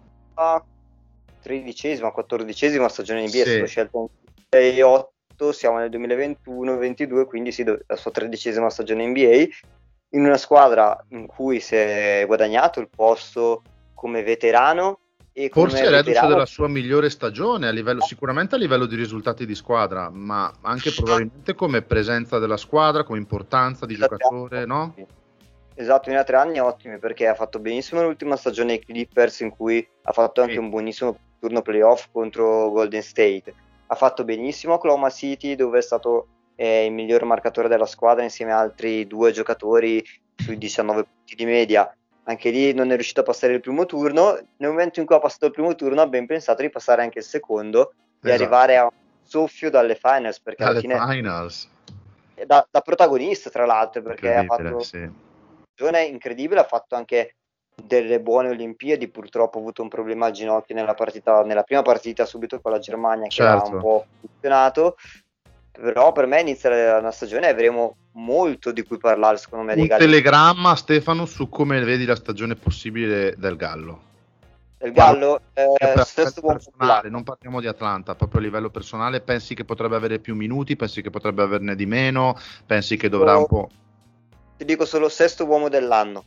13ª, 14ª stagione in NBA, sì. È stato scelto nel 2008, siamo nel 2021-22, quindi sì, la sua 13ª stagione in NBA, in una squadra in cui si è guadagnato il posto come veterano, e forse è reduce della sua migliore stagione sicuramente a livello di risultati di squadra, ma anche probabilmente come presenza della squadra, come importanza di giocatore, no? Esatto, in altri anni ottimi, perché ha fatto benissimo l'ultima stagione ai Clippers, in cui ha fatto anche un buonissimo turno playoff contro Golden State. Ha fatto benissimo a Oklahoma City, dove è stato il miglior marcatore della squadra insieme a altri 2 giocatori sui 19 punti di media. Anche lì non è riuscito a passare il primo turno. Nel momento in cui ha passato il primo turno, ha ben pensato di passare anche il secondo, e arrivare a un soffio dalle finals, perché alla fine finals. Da protagonista, tra l'altro, perché ha fatto una stagione incredibile, ha fatto anche delle buone Olimpiadi. Purtroppo ha avuto un problema al ginocchio nella prima partita subito con la Germania, che ha un po' funzionato. Però per me inizia la stagione e avremo molto di cui parlare, secondo me. Un telegramma, Stefano, su come vedi la stagione possibile del Gallo. Del Gallo, stesso personale, non parliamo di Atlanta, proprio a livello personale. Pensi che potrebbe avere più minuti? Pensi che potrebbe averne di meno? Pensi che dovrà un po'... Ti dico solo sesto uomo dell'anno.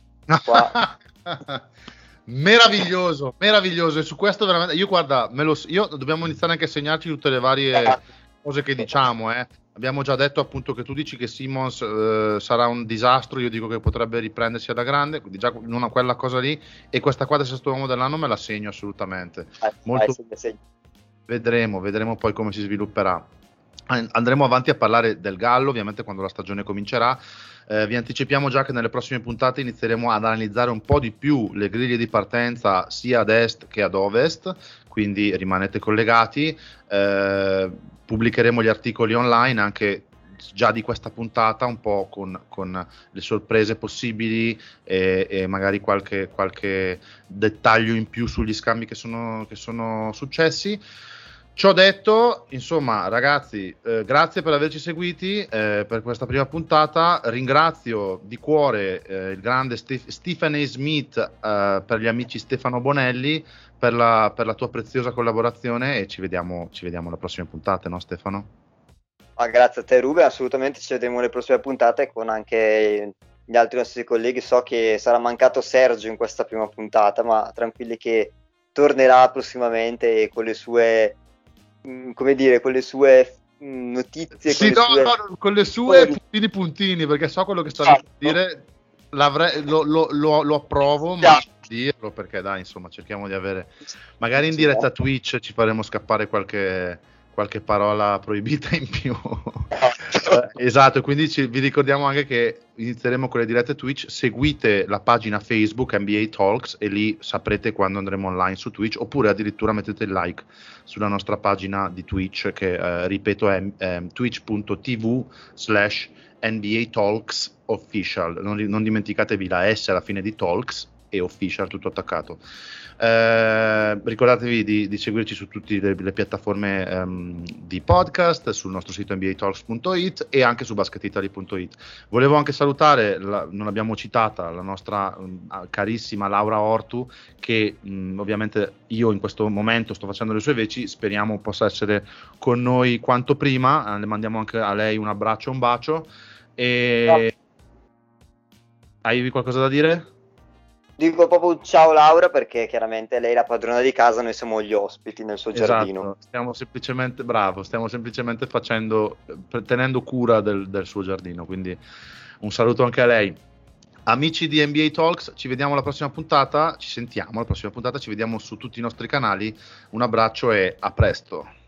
Meraviglioso, e su questo veramente io dobbiamo iniziare anche a segnarci tutte le varie cose che diciamo. Abbiamo già detto appunto che tu dici che Simmons sarà un disastro, io dico che potrebbe riprendersi alla grande, quindi già non quella cosa lì, e questa qua del sesto uomo dell'anno me la segno assolutamente. Vedremo poi come si svilupperà. Andremo avanti a parlare del Gallo ovviamente quando la stagione comincerà. Vi anticipiamo già che nelle prossime puntate inizieremo ad analizzare un po' di più le griglie di partenza sia ad est che ad ovest, quindi rimanete collegati. Pubblicheremo gli articoli online anche già di questa puntata, un po' con le sorprese possibili e magari qualche dettaglio in più sugli scambi che sono successi. Ciò detto, insomma, ragazzi, grazie per averci seguiti per questa prima puntata. Ringrazio di cuore il grande Stephen A. Smith, per gli amici Stefano Bonelli, per la tua preziosa collaborazione, e ci vediamo alla prossima puntata, no Stefano? Grazie a te Ruben, assolutamente ci vedremo alle prossime puntate con anche gli altri nostri colleghi. So che sarà mancato Sergio in questa prima puntata, ma tranquilli che tornerà prossimamente con le sue notizie, sì, con le sue puntini, perché so quello che stavi per dire, lo approvo, ma dirlo, perché dai, insomma, cerchiamo di avere, magari in diretta Twitch ci faremo scappare qualche parola proibita in più. Esatto, quindi vi ricordiamo anche che inizieremo con le dirette Twitch. Seguite la pagina Facebook NBA Talks e lì saprete quando andremo online su Twitch, oppure addirittura mettete il like sulla nostra pagina di Twitch, che ripeto è twitch.tv/NBA Talks Official. Non dimenticatevi la S alla fine di Talks e Official tutto attaccato. Ricordatevi di seguirci su tutte le piattaforme di podcast, sul nostro sito nbatalks.it e anche su basketitaly.it. Volevo anche salutare, non l'abbiamo citata, la nostra carissima Laura Ortu, che ovviamente io in questo momento sto facendo le sue veci, speriamo possa essere con noi quanto prima. Le mandiamo anche a lei un abbraccio e un bacio. E hai qualcosa da dire? Dico proprio ciao Laura, perché chiaramente lei è la padrona di casa, noi siamo gli ospiti nel suo giardino. Stiamo semplicemente tenendo cura del suo giardino, quindi un saluto anche a lei. Amici di NBA Talks, ci vediamo alla prossima puntata, ci vediamo su tutti i nostri canali, un abbraccio e a presto.